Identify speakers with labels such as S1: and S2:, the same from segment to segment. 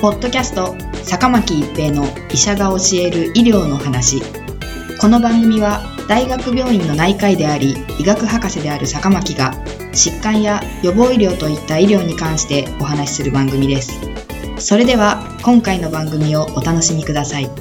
S1: ポッドキャスト坂巻一平の医者が教える医療の話。この番組は大学病院の内科医であり医学博士である坂巻が疾患や予防医療といった医療に関してお話しする番組です。それでは今回の番組をお楽しみください。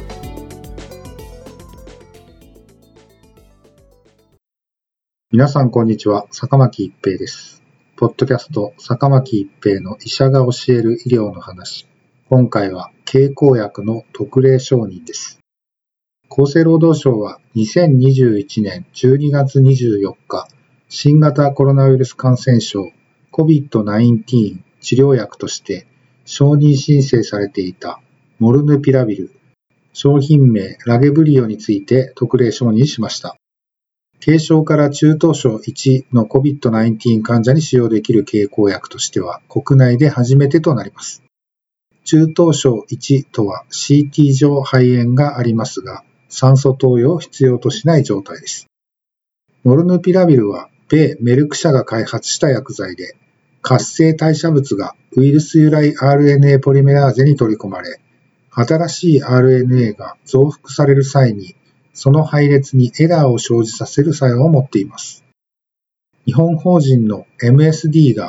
S2: 皆さんこんにちは、坂巻一平です。ポッドキャスト坂巻一平の医者が教える医療の話。今回は経口薬の特例承認です。厚生労働省は2021年12月24日、新型コロナウイルス感染症 COVID-19 治療薬として承認申請されていたモルヌピラビル、商品名ラゲブリオについて特例承認しました。軽症から中等症1の COVID-19 患者に使用できる経口薬としては国内で初めてとなります。中等症1とは CT 上肺炎がありますが、酸素投与を必要としない状態です。モルヌピラビルは米メルク社が開発した薬剤で、活性代謝物がウイルス由来 RNA ポリメラーゼに取り込まれ、新しい RNA が増幅される際にその配列にエラーを生じさせる作用を持っています。日本法人の MSD が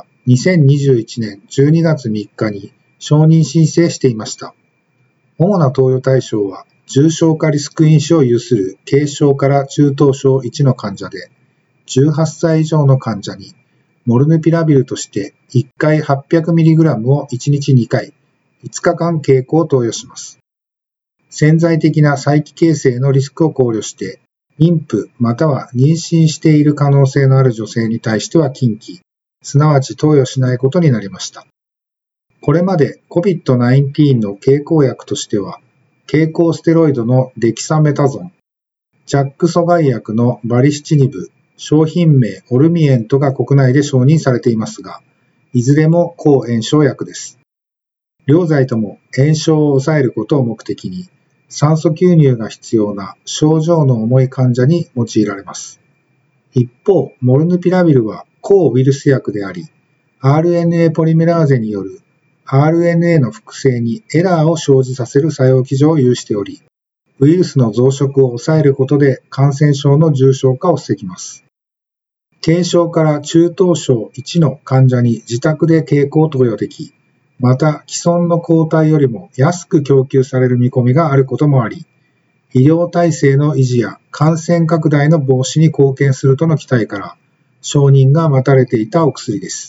S2: 2021年12月3日に承認申請していました。主な投与対象は重症化リスク因子を有する軽症から中等症1の患者で、18歳以上の患者にモルヌピラビルとして1回 800mg を1日2回、5日間経口を投与します。潜在的な再帰形成のリスクを考慮して、妊婦または妊娠している可能性のある女性に対しては禁忌、すなわち投与しないことになりました。これまで COVID-19 の経口薬としては、経口ステロイドのデキサメタゾン、JAK阻害薬のバリシチニブ、商品名オルミエントが国内で承認されていますが、いずれも抗炎症薬です。両剤とも炎症を抑えることを目的に、酸素吸入が必要な症状の重い患者に用いられます。一方、モルヌピラビルは抗ウイルス薬であり、RNA ポリメラーゼによる RNA の複製にエラーを生じさせる作用機序を有しており、ウイルスの増殖を抑えることで感染症の重症化を防ぎます。軽症から中等症1の患者に自宅で経口投与でき、また既存の抗体よりも安く供給される見込みがあることもあり、医療体制の維持や感染拡大の防止に貢献するとの期待から、承認が待たれていたお薬です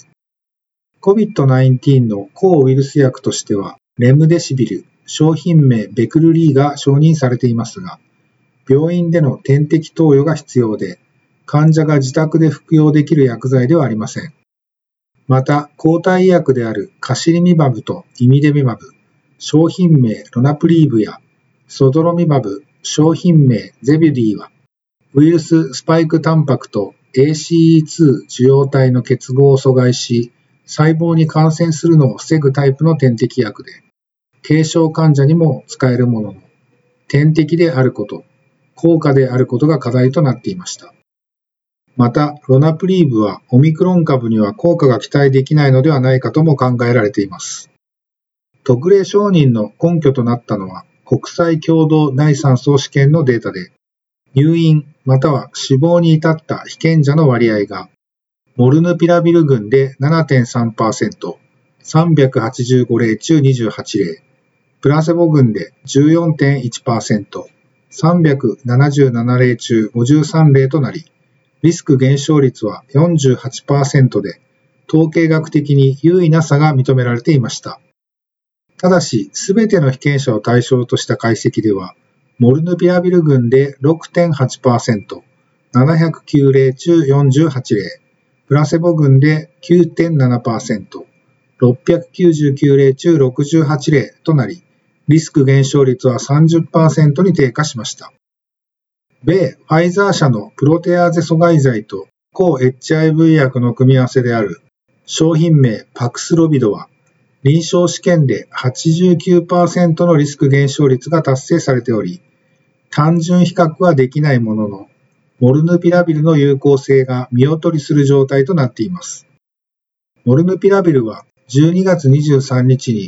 S2: 。COVID-19 の抗ウイルス薬としては、レムデシビル、商品名ベクルリーが承認されていますが、病院での点滴投与が必要で、患者が自宅で服用できる薬剤ではありません。また、抗体医薬であるカシリミマブとイミデビマブ、商品名ロナプリーブやソドロミマブ、商品名ゼビュディは、ウイルススパイクタンパクと ACE2 受容体の結合を阻害し、細胞に感染するのを防ぐタイプの点滴薬で、軽症患者にも使えるものの、点滴であること、高価であることが課題となっていました。また、ロナプリーブはオミクロン株には効果が期待できないのではないかとも考えられています。特例承認の根拠となったのは、国際共同内酸素試験のデータで、入院または死亡に至った被験者の割合が、モルヌピラビル群で 7.3%、385例中28例、プラセボ群で 14.1%、377例中53例となり、リスク減少率は 48% で、統計学的に優位な差が認められていました。ただし、すべての被験者を対象とした解析では、モルヌピラビル群で 6.8%、709例中48例、プラセボ群で 9.7%、699例中68例となり、リスク減少率は 30% に低下しました。米ファイザー社のプロテアーゼ阻害剤と抗 HIV 薬の組み合わせである商品名パクスロビドは臨床試験で 89% のリスク減少率が達成されており、単純比較はできないものの、モルヌピラビルの有効性が見劣りする状態となっています。モルヌピラビルは12月23日に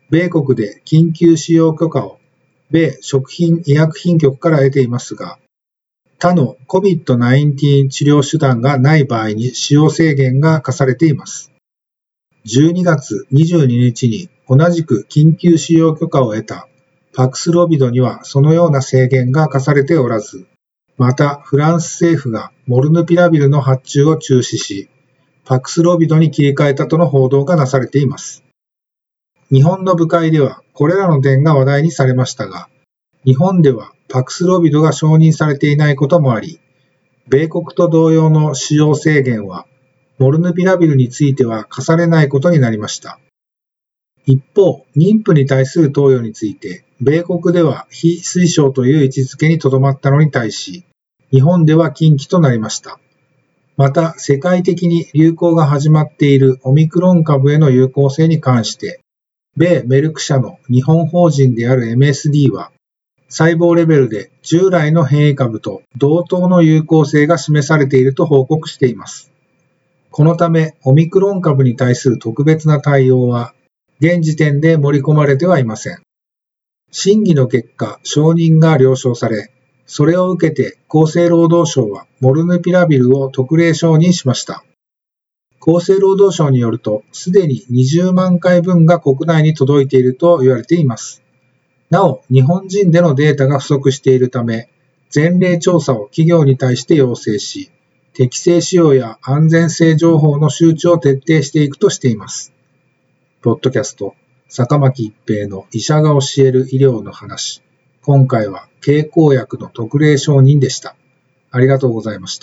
S2: 米国で緊急使用許可を米食品医薬品局から得ていますが、他の COVID-19 治療手段がない場合に使用制限が課されています。12月22日に同じく緊急使用許可を得たパクスロビドにはそのような制限が課されておらず、またフランス政府がモルヌピラビルの発注を中止し、パクスロビドに切り替えたとの報道がなされています。日本の部会ではこれらの点が話題にされましたが、日本ではパクスロビドが承認されていないこともあり、米国と同様の使用制限はモルヌピラビルについては課されないことになりました。一方、妊婦に対する投与について、米国では非推奨という位置づけにとどまったのに対し、日本では禁忌となりました。また、世界的に流行が始まっているオミクロン株への有効性に関して、米メルク社の日本法人である MSD は、細胞レベルで従来の変異株と同等の有効性が示されていると報告しています。このため、オミクロン株に対する特別な対応は、現時点で盛り込まれてはいません。審議の結果、承認が了承され、それを受けて厚生労働省はモルヌピラビルを特例承認しました。厚生労働省によると、すでに20万回分が国内に届いていると言われています。なお、日本人でのデータが不足しているため、前例調査を企業に対して要請し、適正使用や安全性情報の周知を徹底していくとしています。ポッドキャスト、坂巻一平の医者が教える医療の話。今回は経口薬の特例承認でした。ありがとうございました。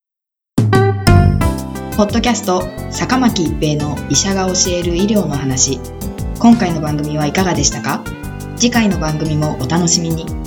S1: ポッドキャスト、坂巻一平の医者が教える医療の話。今回の番組はいかがでしたか？次回の番組もお楽しみに。